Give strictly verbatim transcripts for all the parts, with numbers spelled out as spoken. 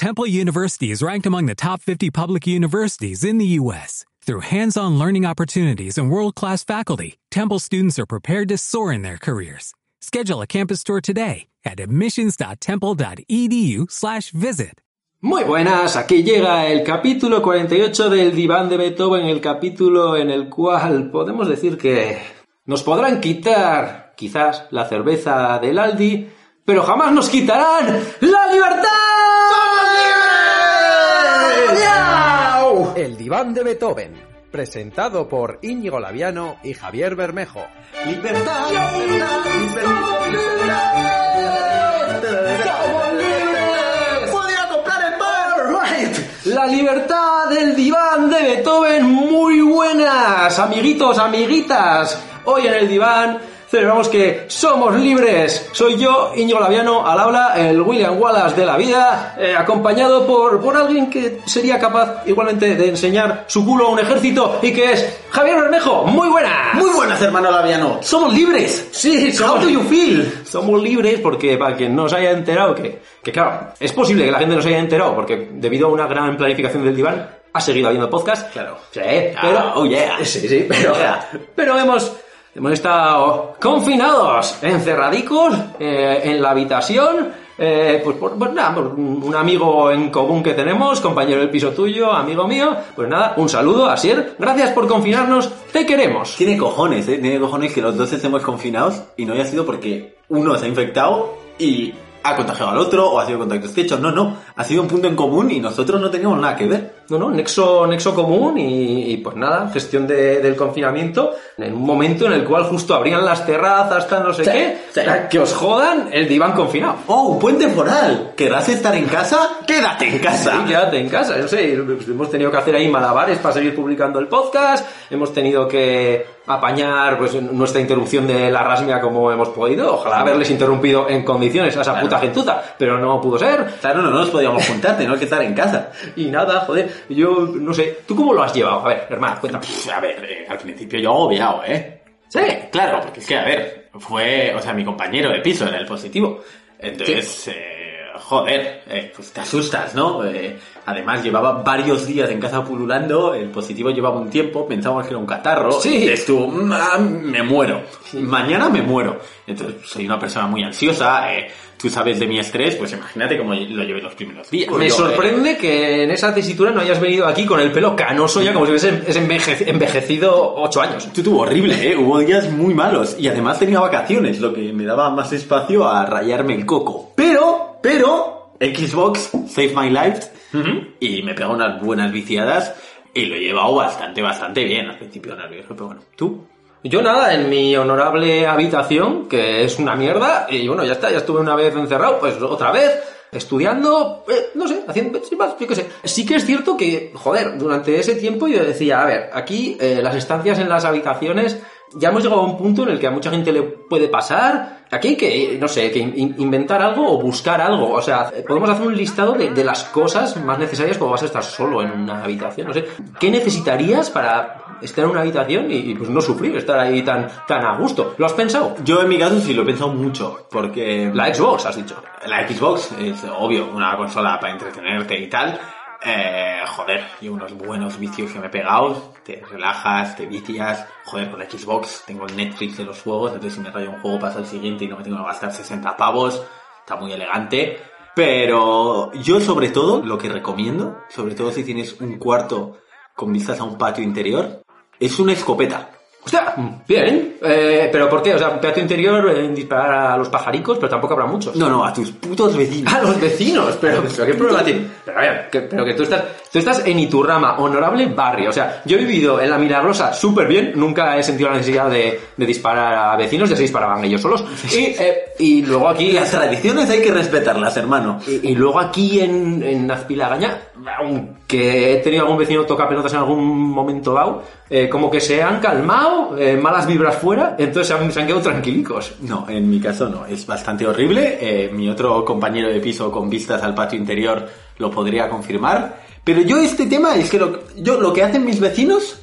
Temple University is ranked among the top fifty public universities in the U S Through hands-on learning opportunities and world-class faculty, Temple students are prepared to soar in their careers. Schedule a campus tour today at admissions.temple.edu slash visit. Muy buenas, aquí llega el capítulo cuarenta y ocho del Diván de Beethoven, el capítulo en el cual podemos decir que nos podrán quitar, quizás, la cerveza del Aldi, pero jamás nos quitarán la libertad. El Diván de Beethoven, presentado por Íñigo Laviano y Javier Bermejo. Libertad, libertad, libertad, libertad. Podría comprar el pan. Right. La libertad del Diván de Beethoven. Muy buenas, amiguitos, amiguitas. Hoy en el Diván celebramos que somos libres. Soy yo, Íñigo Laviano, al habla, el William Wallace de la vida, eh, acompañado por, por alguien que sería capaz igualmente de enseñar su culo a un ejército y que es Javier Bermejo. Muy buenas. Muy buenas, hermano Laviano. Somos libres. Sí, somos, How do you feel? Somos libres porque, para quien no se haya enterado, que, que claro, es posible que la gente no se haya enterado porque debido a una gran planificación del Diván ha seguido habiendo podcast. Claro. Sí, pero... Ah, oh yeah. Sí, sí, pero... Yeah. Pero hemos... Hemos estado confinados, encerradicos, eh, en la habitación, eh, pues, por, pues nada, por un amigo en común que tenemos, compañero del piso tuyo, amigo mío, pues nada, un saludo, Asier, gracias por confinarnos, te queremos. Tiene cojones, ¿eh? Tiene cojones que los dos estemos confinados y no haya sido porque uno se ha infectado y ha contagiado al otro o ha sido contacto estrecho. No, no, ha sido un punto en común y nosotros no teníamos nada que ver. No, no, nexo, nexo común y, y pues nada, gestión de, del confinamiento en un momento en el cual justo abrían las terrazas, tal no sé sí, qué, sí. que os jodan el Diván confinado. ¡Oh, un buen temporal! ¿Querrás estar en casa? ¡Quédate en casa! Sí, quédate en casa, no sé, hemos tenido que hacer ahí malabares para seguir publicando el podcast, hemos tenido que apañar pues nuestra interrupción de la rasmia como hemos podido, ojalá haberles interrumpido en condiciones a esa claro. puta gentuza, pero no pudo ser. Claro, no, no nos podíamos juntar, tenemos que estar en casa. Y nada, joder, yo no sé, ¿tú cómo lo has llevado? A ver, hermano, cuéntame. A ver, eh, al principio yo agobiado, ¿eh? Sí, claro, porque es que, a ver, fue, o sea, mi compañero de piso era el positivo. Entonces, sí. eh, joder, eh, pues te asustas, ¿no? Eh, además, llevaba varios días en casa pululando, el positivo llevaba un tiempo, pensábamos que era un catarro. Sí. Y estuvo, me muero. Sí. Mañana me muero. Entonces, soy una persona muy ansiosa, eh, tú sabes de mi estrés, pues imagínate cómo lo llevé los primeros días. Me yo, sorprende eh... que en esa tesitura no hayas venido aquí con el pelo canoso ya como si hubiese enveje- envejecido ocho años. Tú tuvo horrible, ¿eh? Hubo días muy malos y además tenía vacaciones, lo que me daba más espacio a rayarme el coco. Pero, pero, Xbox Save My Life uh-huh. y me pegó unas buenas viciadas y lo he llevado bastante, bastante bien. Al principio nervioso, pero bueno. ¿Tú? Yo nada, en mi honorable habitación, que es una mierda, y bueno, ya está, ya estuve una vez encerrado, pues otra vez, estudiando, eh, no sé, haciendo, yo qué sé. Sí que es cierto que, joder, durante ese tiempo yo decía, a ver, aquí eh, las estancias en las habitaciones, ya hemos llegado a un punto en el que a mucha gente le puede pasar, aquí hay que, no sé, que in- inventar algo o buscar algo, o sea, podemos hacer un listado de, de las cosas más necesarias cuando vas a estar solo en una habitación, no sé, ¿qué necesitarías para estar en una habitación y, y pues no sufrir, estar ahí tan, tan a gusto? ¿Lo has pensado? Yo en mi caso sí lo he pensado mucho, porque... La Xbox, has dicho. La Xbox es obvio, una consola para entretenerte y tal. Eh, joder, y unos buenos vicios que me he pegado, te relajas, te vicias. Joder, con la Xbox tengo el Netflix de los juegos, entonces si me rayo un juego pasa al siguiente y no me tengo que gastar sesenta pavos, está muy elegante. Pero yo sobre todo, lo que recomiendo, sobre todo si tienes un cuarto con vistas a un patio interior, es una escopeta. Hostia, bien, eh, pero ¿por qué? O sea, patio interior, eh, disparar a los pajaricos, pero tampoco habrá muchos. No, no, a tus putos vecinos. A los vecinos, pero, pero ¿qué problema tiene? Pero a ver, que, pero que tú estás, tú estás en Iturrama, honorable barrio. O sea, yo he vivido en La Milagrosa súper bien, nunca he sentido la necesidad de, de disparar a vecinos, ya se disparaban ellos solos. Y, eh, y luego aquí... Las tradiciones hay que respetarlas, hermano. Y, y luego aquí en, en Azpilagaña, aunque he tenido algún vecino tocapelotas en algún momento dado, eh, como que se han calmado, eh, malas vibras fuera, entonces se han, se han quedado tranquilicos. No, en mi caso no, es bastante horrible. Eh, mi otro compañero de piso con vistas al patio interior lo podría confirmar. Pero yo este tema es que lo, yo, lo que hacen mis vecinos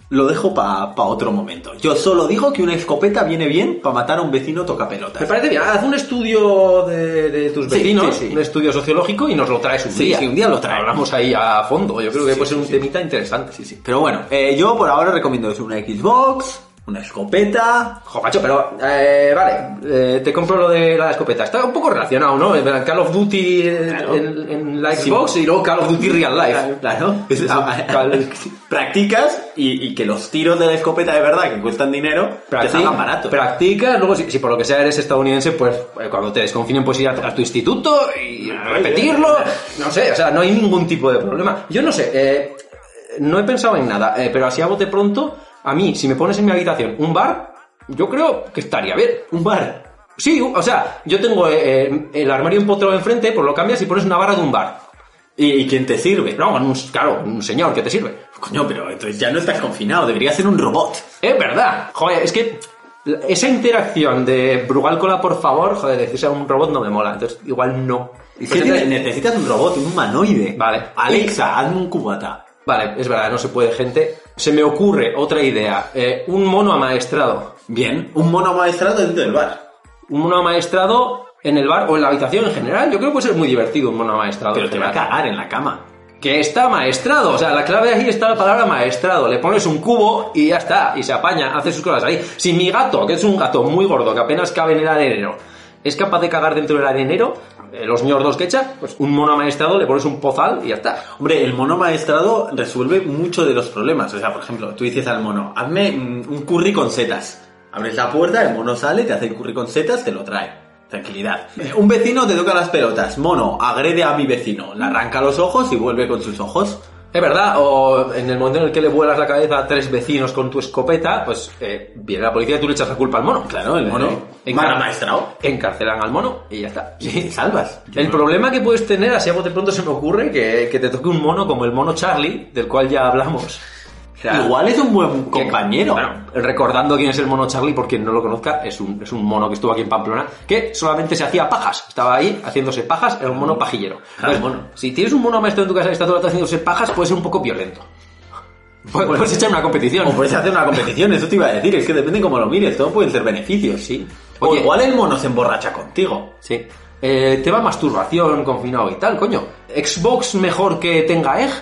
lo dejo para pa otro momento. Yo solo digo que una escopeta viene bien para matar a un vecino tocapelotas. Me parece bien. Haz un estudio de, de tus vecinos, sí, sí, sí. un estudio sociológico y nos lo traes un Sí, día. sí, un día lo traemos. Hablamos ahí a fondo. Yo creo que Sí, puede ser un sí. temita interesante. Sí, sí. Pero bueno, eh, yo por ahora recomiendo eso, una Xbox, una escopeta... Jo, macho, pero, eh, vale, eh, te compro lo de la escopeta. Está un poco relacionado, ¿no? Call of Duty Claro. en, en la Xbox Sí. y luego Call of Duty Real Life. Claro, es- Eso, cal- practicas y, y que los tiros de la escopeta de verdad que cuestan dinero te Practi- salgan baratos. Practicas, luego si, si por lo que sea eres estadounidense, pues eh, cuando te desconfinen puedes ir a, a tu instituto y repetirlo. No sé, o sea, no hay ningún tipo de problema. Yo no sé, eh, no he pensado en nada, eh, pero así a bote pronto, a mí, si me pones en mi habitación un bar, yo creo que estaría bien. Un bar. Sí, o sea, yo tengo eh, el armario empotrado enfrente, pues lo cambias y pones una barra de un bar. ¿Y, y quién te sirve? No, un, claro, un señor que te sirve. Coño, pero entonces ya no estás confinado, debería ser un robot. Es verdad. Joder, es que esa interacción de Brugal Cola, por favor, joder, decirse a un robot no me mola. Entonces, igual no. Es Pues que entonces- necesitas un robot, un humanoide. Vale. Alexa, hazme un cubata. Vale, es verdad, no se puede, gente. Se me ocurre otra idea. Eh, un mono amaestrado. Bien, un mono maestrado dentro del bar. Un mono amaestrado en el bar o en la habitación en general. Yo creo que puede ser muy divertido un mono amaestrado. Pero en te va a general. cagar en la cama. Que está maestrado, o sea, la clave ahí está la palabra maestrado. Le pones un cubo y ya está, y se apaña, hace sus cosas ahí. Si mi gato, que es un gato muy gordo, que apenas cabe en el arenero, es capaz de cagar dentro del arenero, eh, los ñordos que echa, pues un mono maestrado le pones un pozal y ya está. Hombre, el mono maestrado resuelve mucho de los problemas. O sea, por ejemplo, tú dices al mono, hazme mm, un curry con setas. Abres la puerta, el mono sale, te hace el curry con setas, te lo trae. Tranquilidad. Un vecino te toca las pelotas. Mono, agrede a mi vecino. Le arranca los ojos y vuelve con sus ojos. Es verdad, o en el momento en el que le vuelas la cabeza a tres vecinos con tu escopeta, pues eh, viene la policía y tú le echas la culpa al mono. Claro, el mono. Eh, Mal encar- amaestrado. Encarcelan al mono y ya está. Y te salvas. Yo El no- problema que puedes tener, así a bote pronto se me ocurre, que, que te toque un mono como el mono Charlie, del cual ya hablamos. O sea, Igual es un buen que- compañero. Bueno, recordando quién es el mono Charlie, por quien no lo conozca, es un, es un mono que estuvo aquí en Pamplona, que solamente se hacía pajas. Estaba ahí haciéndose pajas, era un mono pajillero. Ah, Entonces, mono. si tienes un mono maestro en tu casa y está todo el rato haciéndose pajas, puede ser un poco violento. Puedes, puedes echar una competición. O puedes hacer una competición, eso te iba a decir. Es que depende cómo lo mires, todo pueden ser beneficios. Sí. O Oye, igual el mono se emborracha contigo. Sí. Eh, tema masturbación, confinado y tal, coño. ¿Xbox mejor que tenga Egg?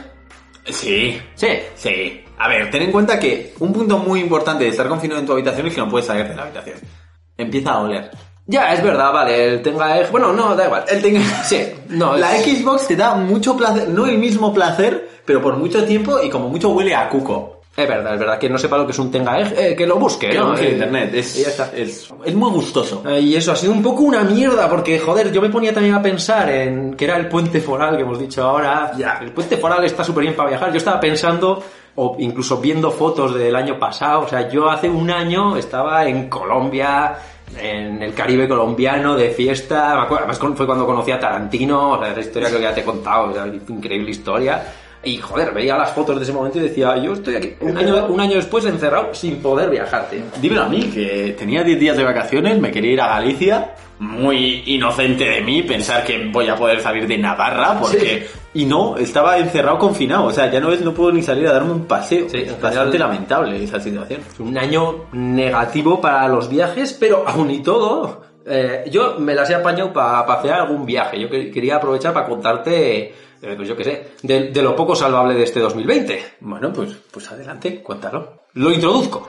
Sí. Sí. Sí. A ver, ten en cuenta que un punto muy importante de estar confinado en tu habitación es que no puedes salir de la habitación. Empieza a oler. Ya, es verdad, vale, el tenga Egg... Bueno, no, da igual. El tenga... Sí, no, La es- Xbox te da mucho placer, no el mismo placer, pero por mucho tiempo y como mucho huele a cuco. Es verdad, es verdad. Que no sepa lo que es un tenga Egg, eh, que lo busque, Que ¿no? no busque Eh, en internet, es, y ya está. es, es muy gustoso. Eh, Y eso ha sido un poco una mierda, porque, joder, yo me ponía también a pensar en que era el puente foral que hemos dicho ahora. Ya. El puente foral está súper bien para viajar. Yo estaba pensando, o incluso viendo fotos del año pasado, o sea, yo hace un año estaba en Colombia, en el Caribe colombiano, de fiesta. Me acuerdo, además con- fue cuando conocí a Tarantino, o sea, esa historia que ya te he contado, o sea, increíble historia. Y joder, veía las fotos de ese momento y decía, yo estoy aquí un año, un año después encerrado sin poder viajar, tío. Dímelo a mí, que tenía diez días de vacaciones, me quería ir a Galicia. Muy inocente de mí pensar que voy a poder salir de Navarra, porque... Y no, estaba encerrado, confinado. O sea, ya no es, no puedo ni salir a darme un paseo. Sí, en es bastante general- lamentable esa situación. Un año negativo para los viajes, pero aún y todo, eh, yo me las he apañado para hacer algún viaje. Yo que- quería aprovechar para contarte, eh, pues yo qué sé, de, de lo poco salvable de este dos mil veinte. Bueno, pues, pues adelante, cuéntalo. Lo introduzco.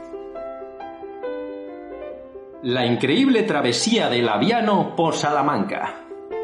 La increíble travesía del Labiano por Salamanca.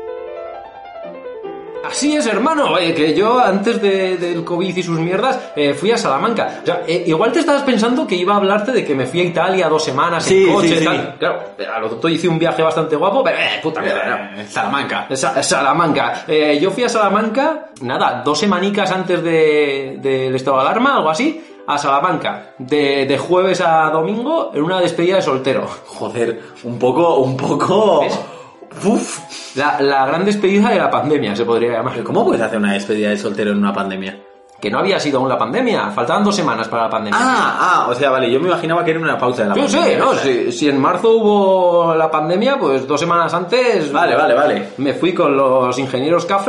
Así es, hermano, eh, que yo antes de- del COVID y sus mierdas eh, fui a Salamanca. O sea, eh, igual te estabas pensando que iba a hablarte de que me fui a Italia dos semanas Sí, en coche sí, y sí. tal. Claro, eh, a lo tonto hice un viaje bastante guapo, pero eh, puta mierda, no. Eh, Salamanca. Sa- Salamanca. Eh, yo fui a Salamanca, nada, dos semanicas antes de, del estado de alarma, algo así, a Salamanca. De, de jueves a domingo, en una despedida de soltero. Joder, un poco, un poco... ¿Ves? Uf. La, la gran despedida de la pandemia, se podría llamar. Pero ¿cómo puedes hacer una despedida de soltero en una pandemia? Que no había sido aún la pandemia, faltaban dos semanas para la pandemia. Ah, ah, o sea, vale, yo me imaginaba que era una pausa de la Yo pandemia. sé, ¿no? Si, si en marzo hubo la pandemia, pues dos semanas antes... Vale, vale, vale. Me fui con los ingenieros cafres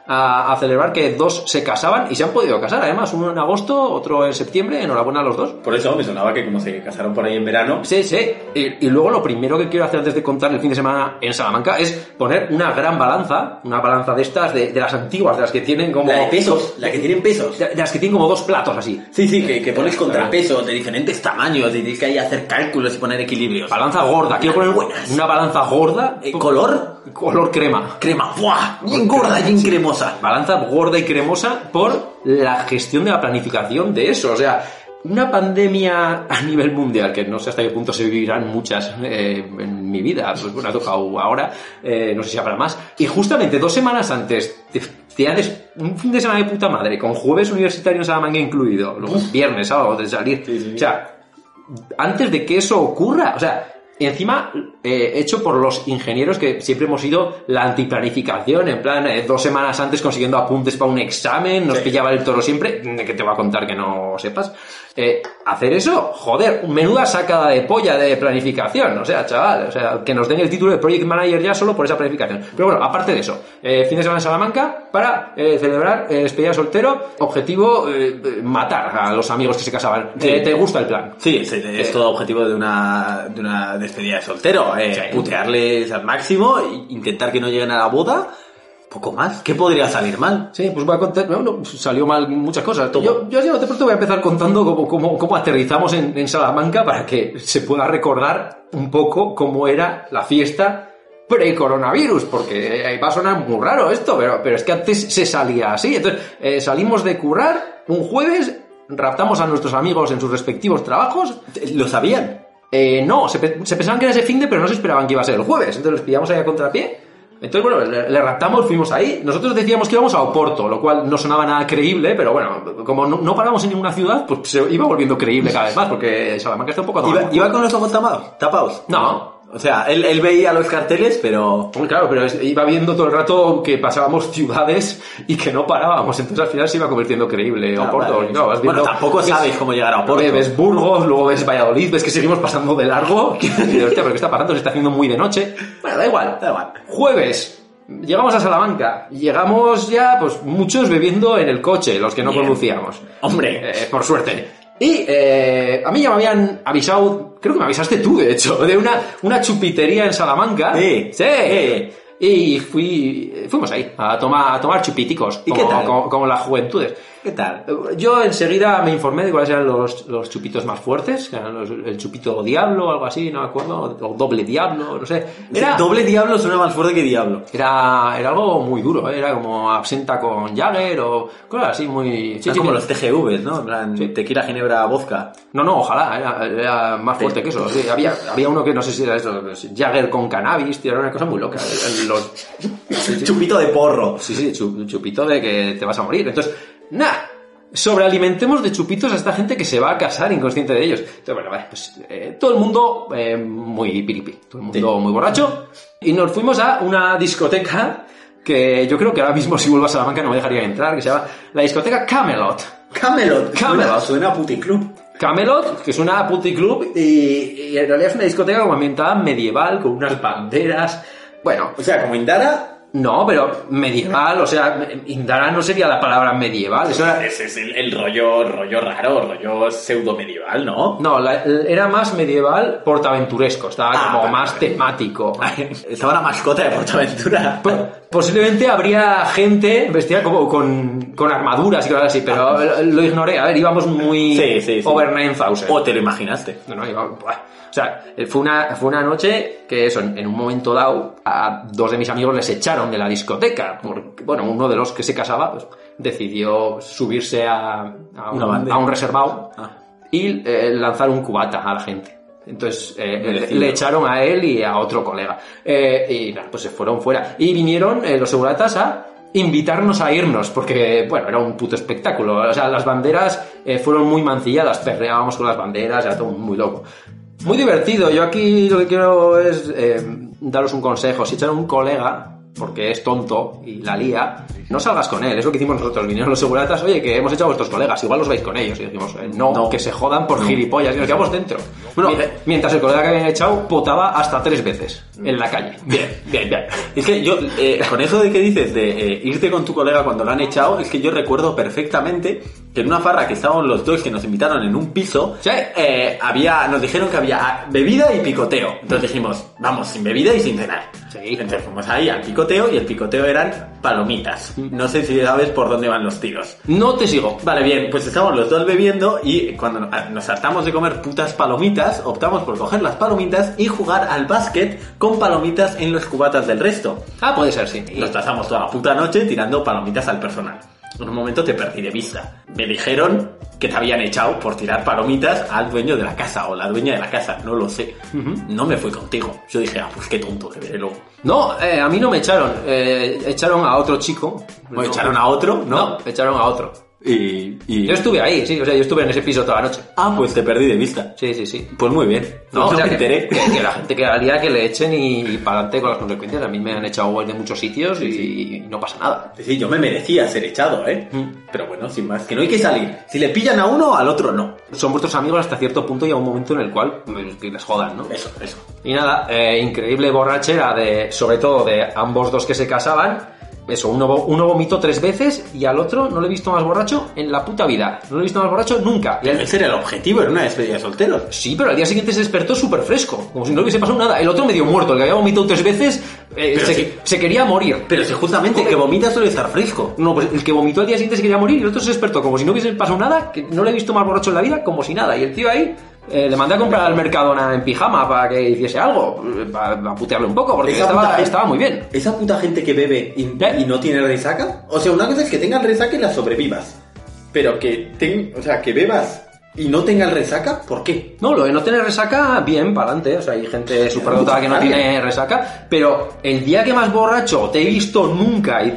a, a celebrar que dos se casaban y se han podido casar, además, uno en agosto, otro en septiembre, enhorabuena a los dos. Por eso me sonaba que como se casaron por ahí en verano... Sí, sí, y, y luego lo primero que quiero hacer antes de contar el fin de semana en Salamanca es poner una gran balanza, una balanza de estas, de, de las antiguas, de las que tienen como... La de pesos, la que tienen pesos. De, de las que tienen como dos platos así. Sí, sí, que, que pones contrapesos de diferentes tamaños y tienes que ahí hacer cálculos y poner equilibrios. Balanza gorda, quiero poner buenas. Una balanza gorda. Eh, ¿Color? Color crema. Crema, ¡buah! Bien gorda, bien cremosa. Balanza gorda y cremosa por la gestión de la planificación de eso. O sea, una pandemia a nivel mundial, que no sé hasta qué punto se vivirán muchas eh, en mi vida, pues bueno, ha tocado ahora, eh, no sé si habrá más. Y justamente dos semanas antes, te, te haces un fin de semana de puta madre, con jueves universitario en Salamanca incluido, los viernes, sábado, de salir. Sí, sí. O sea, antes de que eso ocurra, o sea... Y encima, eh, hecho por los ingenieros que siempre hemos sido la antiplanificación, en plan, eh, dos semanas antes consiguiendo apuntes para un examen, nos sí. pillaba el toro siempre, que te voy a contar que no sepas. Eh, hacer eso, joder, menuda sacada de polla de planificación, o sea, chaval, o sea, que nos den el título de Project Manager ya solo por esa planificación. Pero bueno, aparte de eso, eh, fin de semana en Salamanca para eh, celebrar eh, despedida de soltero, objetivo, eh, matar a los amigos que se casaban. Sí. Eh, ¿Te gusta el plan? Sí, sí, es todo objetivo de una, de una despedida de soltero, eh, sí. putearles al máximo, intentar que no lleguen a la boda. Poco más. ¿Qué podría salir mal? Sí, pues voy a contar... Bueno, salió mal muchas cosas. Yo, yo ya de pronto voy a empezar contando cómo, cómo, cómo aterrizamos en, en Salamanca para que se pueda recordar un poco cómo era la fiesta pre-coronavirus, porque ahí va a sonar muy raro esto, pero, pero es que antes se salía así. Entonces, eh, salimos de currar un jueves, raptamos a nuestros amigos en sus respectivos trabajos. ¿Lo sabían? Eh, no, se, pe- se pensaban que era ese finde, pero no se esperaban que iba a ser el jueves. Entonces les pillamos ahí a contrapié. Entonces, bueno, le, le raptamos, fuimos ahí. Nosotros decíamos que íbamos a Oporto, lo cual no sonaba nada creíble, pero bueno, como no, no paramos en ninguna ciudad, pues se iba volviendo creíble cada vez más, porque Salamanca está un poco... ¿Iba, ¿Iba con los ojos tapados? ¿Tapados? No. O sea, él, él veía los carteles, pero... Claro, pero iba viendo todo el rato que pasábamos ciudades y que no parábamos, entonces al final se iba convirtiendo creíble ah, Oporto. Vale. No, vas viendo, bueno, tampoco ves, sabes cómo llegar a Oporto. Ves Burgos, luego ves Valladolid, ves que seguimos pasando de largo. Y dices, hostia, ¿pero qué está pasando? Se está haciendo muy de noche. Bueno, da igual. Da igual. Jueves. Llegamos a Salamanca, llegamos ya, pues muchos bebiendo en el coche, los que no Bien. conducíamos. Hombre, eh, por suerte. Y eh, a mí ya me habían avisado, creo que me avisaste tú, de hecho, de una, una chupitería en Salamanca. Sí. Sí. sí. Y fui, fuimos ahí a tomar, a tomar chupiticos. ¿Y como, qué tal? Como, como las juventudes. ¿Qué tal? Yo enseguida me informé de cuáles eran los, los chupitos más fuertes, que eran los, el chupito diablo o algo así, no me acuerdo, o doble diablo, no sé. Era, sí, doble diablo suena más fuerte que diablo. Era, era algo muy duro, ¿eh? Era como absenta con Jagger o cosas así muy... Sí, sí, como sí. Los T G Vs, ¿no? En plan, sí. Tequila, ginebra, vodka. No, no, ojalá, era, era más fuerte sí. que eso. Sí, había, había uno que no sé si era eso, Jagger con cannabis, tío, era una cosa muy loca. Los, sí, sí. Chupito de porro. Sí, sí, chupito de que te vas a morir. Entonces, nada. Sobrealimentemos de chupitos a esta gente que se va a casar inconsciente de ellos. Entonces, bueno, vale, pues eh, todo el mundo eh, muy piripi, todo el mundo sí. muy borracho. Y nos fuimos a una discoteca que yo creo que ahora mismo si vuelvo a Salamanca no me dejaría entrar, que se llama la discoteca Camelot. Camelot, Camelot. Suena a puticlub. Camelot, que es una puticlub y, y en realidad es una discoteca como ambientada medieval, con unas banderas. Bueno, o sea, como Indara... No, pero medieval, o sea, Indara no sería la palabra medieval. Eso era... Ese es el, el rollo, rollo raro, rollo pseudo medieval, ¿no? No, la, era más medieval portaventuresco, estaba ah, como vale, más vale. temático. Estaba la mascota de Portaventura. Posiblemente habría gente vestida como con, con armaduras y cosas así, pero lo ignoré. A ver, íbamos muy sí, sí, sí. over nueve mil. O te lo imaginaste. No, no, íbamos... O sea, fue una, fue una noche que eso, en, en un momento dado, a dos de mis amigos les echaron de la discoteca. Porque, bueno, uno de los que se casaba, pues, decidió subirse a, a, un, a un reservado ah. y eh, lanzar un cubata a la gente. Entonces, eh, le, le echaron a él y a otro colega. Eh, y nada, pues se fueron fuera. Y vinieron eh, los seguratas a invitarnos a irnos, porque, bueno, era un puto espectáculo. O sea, las banderas eh, fueron muy mancilladas, perreábamos con las banderas, era todo muy loco. Muy divertido. Yo aquí lo que quiero es eh, daros un consejo. Si echan a un colega porque es tonto y la lía, no salgas con él. Es lo que hicimos nosotros. Vinieron los seguratas, oye, que hemos echado a vuestros colegas, igual os vais con ellos. Y dijimos, eh, no, no, que se jodan por no. gilipollas, y nos quedamos dentro. Bueno, mientras el colega que habían echado potaba hasta tres veces en la calle. Bien, bien, bien. Es que yo, eh, con eso de que dices de eh, irte con tu colega cuando lo han echado, es que yo recuerdo perfectamente que en una farra que estábamos los dos, que nos invitaron en un piso, ¿sí? eh, había, nos dijeron que había bebida y picoteo. Entonces dijimos, vamos, sin bebida y sin cenar. Sí. Entonces fuimos ahí al picoteo, y el picoteo eran palomitas. No sé si sabes por dónde van los tiros. No te sigo. Vale, bien, pues estábamos los dos bebiendo, y cuando nos hartamos de comer putas palomitas, optamos por coger las palomitas y jugar al básquet con palomitas en los cubatas del resto. Ah, puede ser, sí. Y nos pasamos toda la puta noche tirando palomitas al personal. En un momento te perdí de vista. Me dijeron que te habían echado por tirar palomitas al dueño de la casa o la dueña de la casa, no lo sé. Uh-huh. No me fui contigo. Yo dije, ah, pues qué tonto, que veré luego. No, eh, a mí no me echaron. Eh, echaron a otro chico. ¿O no, echaron a otro? No, no, echaron a otro. Y, y... Yo estuve ahí, sí, o sea, yo estuve en ese piso toda la noche. Ah, pues te perdí de vista. Sí, sí, sí. Pues muy bien. No, o sea, me enteré. Que, que la gente que haría que le echen y, y para adelante con las consecuencias. A mí me han echado de muchos sitios y, y no pasa nada. Sí, yo me merecía ser echado, ¿eh? Mm. Pero bueno, sin más, que no hay que salir. Si le pillan a uno, al otro no. Son vuestros amigos hasta cierto punto y a un momento en el cual pues, que les jodan, ¿no? Eso, eso. Y nada, eh, increíble borrachera de, sobre todo de ambos dos que se casaban. Eso, uno, uno vomitó tres veces y al otro no lo he visto más borracho en la puta vida. No lo he visto más borracho nunca. Y ese era el objetivo, era una despedida de solteros. Sí, pero al día siguiente se despertó súper fresco, como si no hubiese pasado nada. El otro medio muerto, el que había vomitado tres veces, eh, se, si, se quería morir. Pero si justamente el que vomita suele estar fresco. No, pues el que vomitó al día siguiente se quería morir y el otro se despertó como si no hubiese pasado nada, que no lo he visto más borracho en la vida, como si nada. Y el tío ahí... Eh, le mandé a comprar al Mercadona en pijama para que hiciese algo, para, para putearle un poco, porque estaba, gente, estaba muy bien. ¿Esa puta gente que bebe y, ¿Eh? y no tiene resaca? O sea, una cosa es que tenga resaca y la sobrevivas, pero que, ten, o sea, que bebas y no tenga resaca, ¿por qué? No, lo de no tener resaca, bien, para adelante. O sea, hay gente superdotada que no tiene resaca, pero el día que más borracho te he visto nunca y...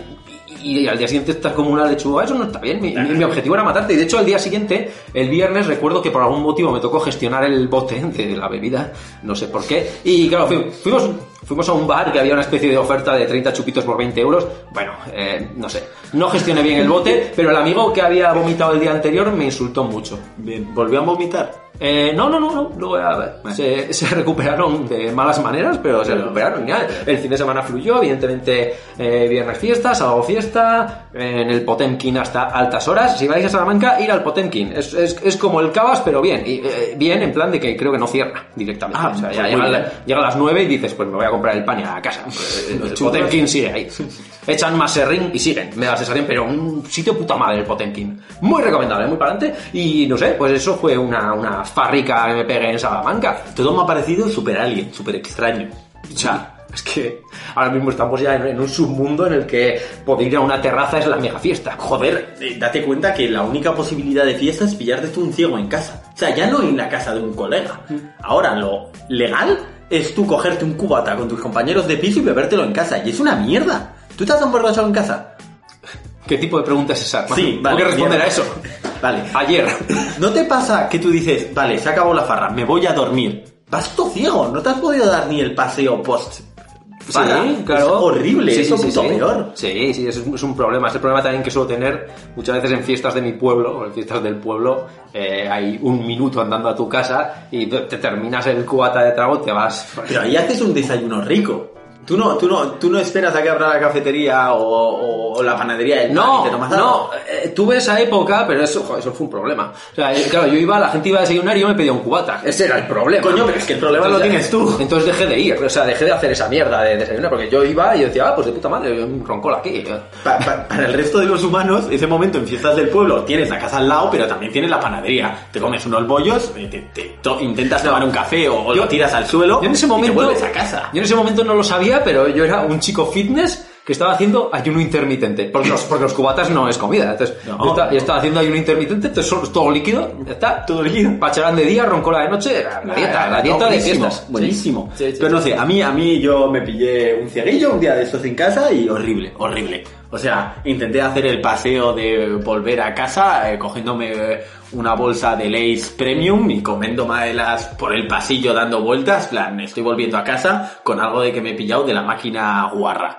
y al día siguiente estás como una lechuga, eso no está bien. Mi, mi, mi objetivo era matarte. Y de hecho, al día siguiente, el viernes, recuerdo que por algún motivo me tocó gestionar el bote de la bebida, no sé por qué. Y claro, fuimos, fuimos a un bar que había una especie de oferta de treinta chupitos por veinte euros. Bueno, eh, no sé. No gestioné bien el bote, pero el amigo que había vomitado el día anterior me insultó mucho. Bien. ¿Volvió a vomitar? Eh, no, no, no, no, luego a ver, se, se recuperaron de malas maneras, pero se recuperaron. Ya. El fin de semana fluyó, evidentemente, eh, viernes fiesta, sábado fiesta, eh, en el Potemkin hasta altas horas. Si vais a Salamanca, ir al Potemkin. Es, es, es como el Cavas, pero bien. Y, eh, bien en plan de que creo que no cierra directamente. Ah, o sea, ya llega, llega a las nueve y dices, pues me voy a comprar el pan y a casa. El, el Potemkin sigue ahí. Echan más serrín y siguen. Me da la sensación, pero un sitio puta madre el Potemkin. Muy recomendable, muy para adelante. Y no sé, pues eso fue una, una farrica que me pegué en Salamanca. Todo me ha parecido super alien, super extraño. O sea, es que ahora mismo estamos ya en, en un submundo en el que poder ir a una terraza es la mega fiesta. Joder, eh, date cuenta que la única posibilidad de fiesta es pillarte tú un ciego en casa. O sea, ya no en la casa de un colega. Ahora lo legal es tú cogerte un cubata con tus compañeros de piso y bebértelo en casa. Y es una mierda. ¿Tú te has emborrachado en casa? ¿Qué tipo de pregunta es esa? Sí, vale. Tengo que responder mierda. a eso. Vale. Ayer. ¿No te pasa que tú dices, vale, se acabó la farra, me voy a dormir? Vas todo ciego, no te has podido dar ni el paseo post... Farra. Sí, claro. Es horrible, sí, eso es sí, mucho sí. peor. Sí, sí, es un, es un problema. Es el problema también que suelo tener muchas veces en fiestas de mi pueblo, o en fiestas del pueblo, eh, hay un minuto andando a tu casa y te terminas el cubata de trago, te vas... Pero ahí haces un desayuno rico. Tú no, tú no, tú no esperas a que abra la cafetería o, o, o la panadería del no, pan y te tomas algo. No, eh, tuve esa época, pero eso, joder, eso fue un problema. O sea, eh, claro, yo iba, la gente iba a desayunar y yo me pedía un cubata. Ese era el problema. Coño, pero es que el problema entonces, lo tienes tú. Entonces dejé de ir, o sea, dejé de hacer esa mierda de desayunar, porque yo iba y yo decía, ah, pues de puta madre, un roncol aquí. Pa, pa, para el resto de los humanos, ese momento en fiestas del pueblo, tienes la casa al lado, pero también tienes la panadería. Te comes unos bollos, te, te, te to, intentas tomar un café o, o yo, lo tiras al suelo yo en ese momento, y te vuelves a casa. Yo en ese momento no lo sabía, pero yo era un chico fitness que estaba haciendo ayuno intermitente, porque los, porque los cubatas no es comida, entonces no, yo, estaba, yo estaba haciendo ayuno intermitente, entonces todo líquido, ya está, todo líquido, pacharán de día, roncola de noche, la dieta, ah, la dieta no, de fiestas, buenísimo, sí, sí, sí, pero no sé, a mí, a mí yo me pillé un cieguillo un día de estos en casa y horrible, horrible, o sea, intenté hacer el paseo de volver a casa, eh, cogiéndome eh, una bolsa de Lay's Premium y comiéndomelas por el pasillo dando vueltas, plan, estoy volviendo a casa con algo de que me he pillado de la máquina guarra.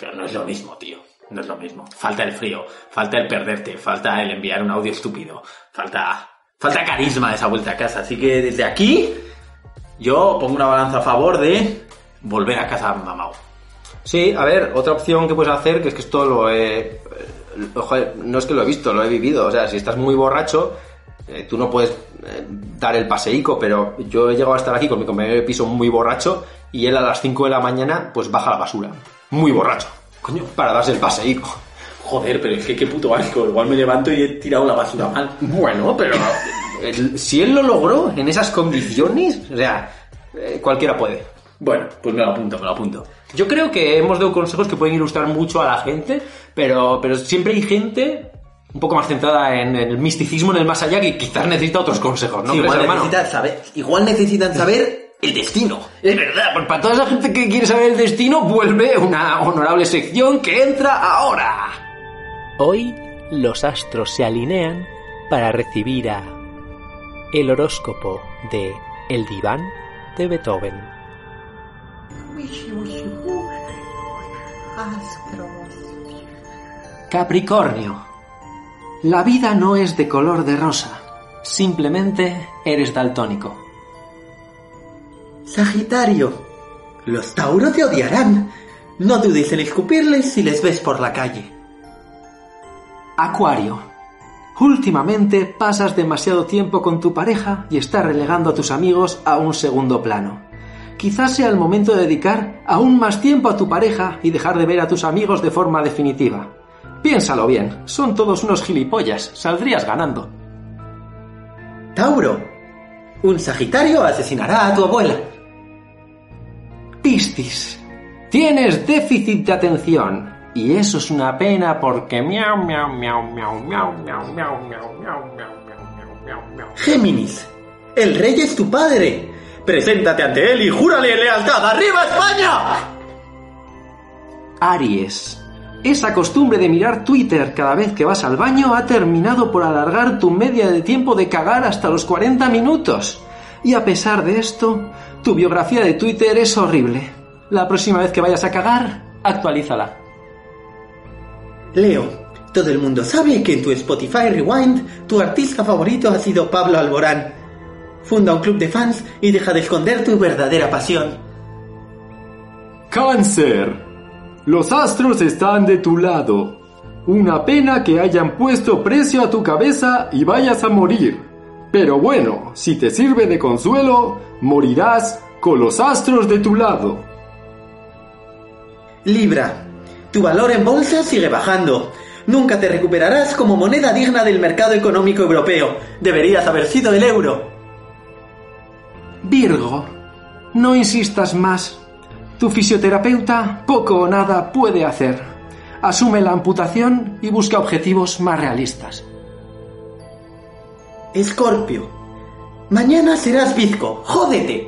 Pero no es lo mismo, tío. No es lo mismo. Falta el frío, falta el perderte, falta el enviar un audio estúpido, falta, falta carisma de esa vuelta a casa. Así que desde aquí, yo pongo una balanza a favor de volver a casa mamao. Sí, a ver, otra opción que puedes hacer, que es que esto lo he... Joder, no es que lo he visto, lo he vivido. O sea, si estás muy borracho, eh, tú no puedes eh, dar el paseico, pero yo he llegado a estar aquí con mi compañero de piso muy borracho y él a las cinco de la mañana pues baja la basura. Muy borracho. Coño, para darse el paseico. Joder, pero es que qué puto asco. Igual me levanto y he tirado la basura mal. Bueno, pero el, si él lo logró en esas condiciones, o sea, eh, cualquiera puede. Bueno, pues me lo apunto, me lo apunto. Yo creo que hemos dado consejos que pueden ilustrar mucho a la gente, pero, pero siempre hay gente un poco más centrada en el misticismo, en el más allá, que quizás necesita otros consejos, ¿no? Sí, igual, hermano? necesitan saber, igual necesitan saber el destino. Es verdad, pues para toda esa gente que quiere saber el destino, vuelve una honorable sección que entra ahora. Hoy los astros se alinean para recibir a el horóscopo de El Diván de Beethoven. Capricornio. La vida no es de color de rosa. Simplemente eres daltónico. Sagitario. Los Tauros te odiarán. No dudes en escupirles si les ves por la calle. Acuario. Últimamente pasas demasiado tiempo con tu pareja y estás relegando a tus amigos a un segundo plano. Quizás sea el momento de dedicar aún más tiempo a tu pareja y dejar de ver a tus amigos de forma definitiva. Piénsalo bien, son todos unos gilipollas, saldrías ganando. Tauro. Un Sagitario asesinará a tu abuela. Piscis. Tienes déficit de atención. Y eso es una pena porque miau miau miau miau miau miau miau miau miau miau miau miau miau. Géminis. El rey es tu padre. Preséntate ante él y júrale lealtad. ¡Arriba España! Aries. Esa costumbre de mirar Twitter cada vez que vas al baño ha terminado por alargar tu media de tiempo de cagar hasta los cuarenta minutos. Y a pesar de esto, tu biografía de Twitter es horrible. La próxima vez que vayas a cagar, actualízala. Leo. Todo el mundo sabe que en tu Spotify Rewind tu artista favorito ha sido Pablo Alborán. Funda un club de fans y deja de esconder tu verdadera pasión. Cáncer. Los astros están de tu lado. Una pena que hayan puesto precio a tu cabeza y vayas a morir. Pero bueno, si te sirve de consuelo, morirás con los astros de tu lado. Libra. Tu valor en bolsa sigue bajando. Nunca te recuperarás como moneda digna del mercado económico europeo. Deberías haber sido el euro. Virgo. No insistas más. Tu fisioterapeuta poco o nada puede hacer. Asume la amputación y busca objetivos más realistas. Escorpio. Mañana serás bizco. ¡Jódete!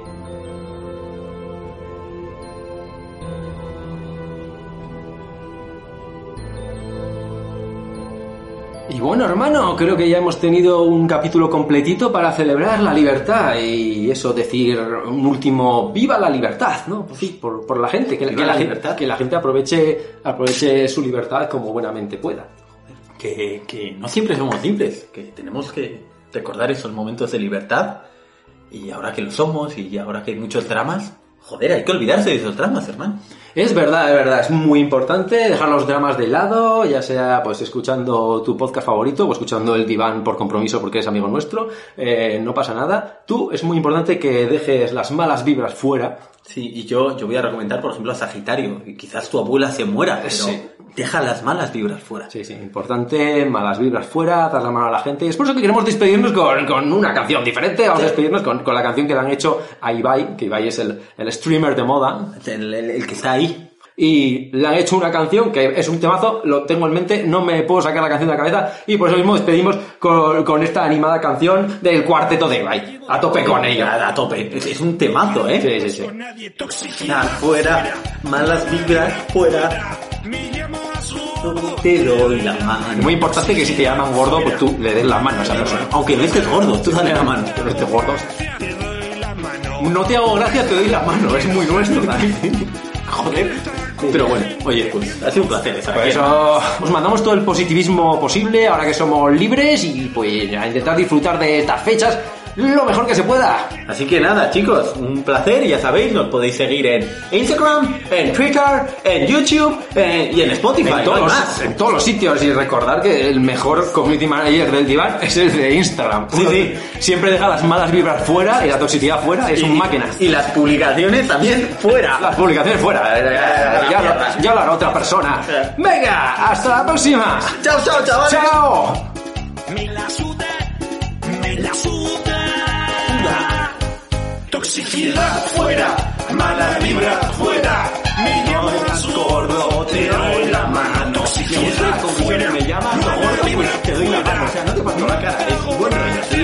Y bueno, hermano, creo que ya hemos tenido un capítulo completito para celebrar la libertad y eso, decir un último ¡viva la libertad!, ¿no? Pues sí, por, por la gente, que, que, la, la gente, que la gente aproveche, aproveche su libertad como buenamente pueda. Que, que no siempre somos simples, que tenemos que recordar esos momentos de libertad y ahora que lo somos y ahora que hay muchos dramas, joder, hay que olvidarse de esos dramas, hermano. Es verdad, es verdad, es muy importante dejar los dramas de lado, ya sea pues escuchando tu podcast favorito o escuchando El Diván por compromiso porque eres amigo nuestro, eh, no pasa nada. Tú, es muy importante que dejes las malas vibras fuera. Sí, y yo, yo voy a recomendar, por ejemplo, a Sagitario, y quizás tu abuela se muera, pero sí, deja las malas vibras fuera. Sí, sí, importante, malas vibras fuera, dar la mano a la gente. Y es por eso que queremos despedirnos con, con una canción diferente. Vamos sí. a despedirnos con, con la canción que le han hecho a Ibai, que Ibai es el, el streamer de moda. El, el, el que está ahí. Y le han hecho una canción que es un temazo, lo tengo en mente, no me puedo sacar la canción de la cabeza y por eso mismo despedimos con, con esta animada canción del cuarteto de Ibai. A tope con ella. A, a tope. Es, es un temazo, ¿eh? Sí, sí, sí. Nah, fuera, malas vibras, fuera. Te doy la mano. Es muy importante que si te llaman gordo, pues tú le des la mano a esa persona. Aunque no estés gordo, tú dale la mano. Que no estés gordo. No te hago gracia, te doy la mano. Es muy nuestro también. Joder. Pero bueno, oye, pues ha sido un placer estar Por aquí. eso os mandamos todo el positivismo posible ahora que somos libres y pues a intentar disfrutar de estas fechas lo mejor que se pueda. Así que nada, chicos, un placer y ya sabéis, nos podéis seguir en Instagram, en Twitter, en YouTube en, y en Spotify. En no todos, hay los, más. en todos los sitios, y recordar que el mejor community manager del diván es el de Instagram. Sí, sí. Siempre deja las malas vibras fuera y la toxicidad fuera, es Y- un máquina. Y las publicaciones también fuera. Las publicaciones fuera, ya, ya, lo- ya lo hará otra persona. Venga, hasta la próxima. Chao, chao, chavales. Chao. Me la suda, me la suda. Toxicidad fuera, mala vibra fuera. Me llamas gordo, te doy la mano. Toxicidad fuera, Me llamas mala gordo, vibra te doy la mano. fuera. O sea, no te parto la cara, es buen rollo.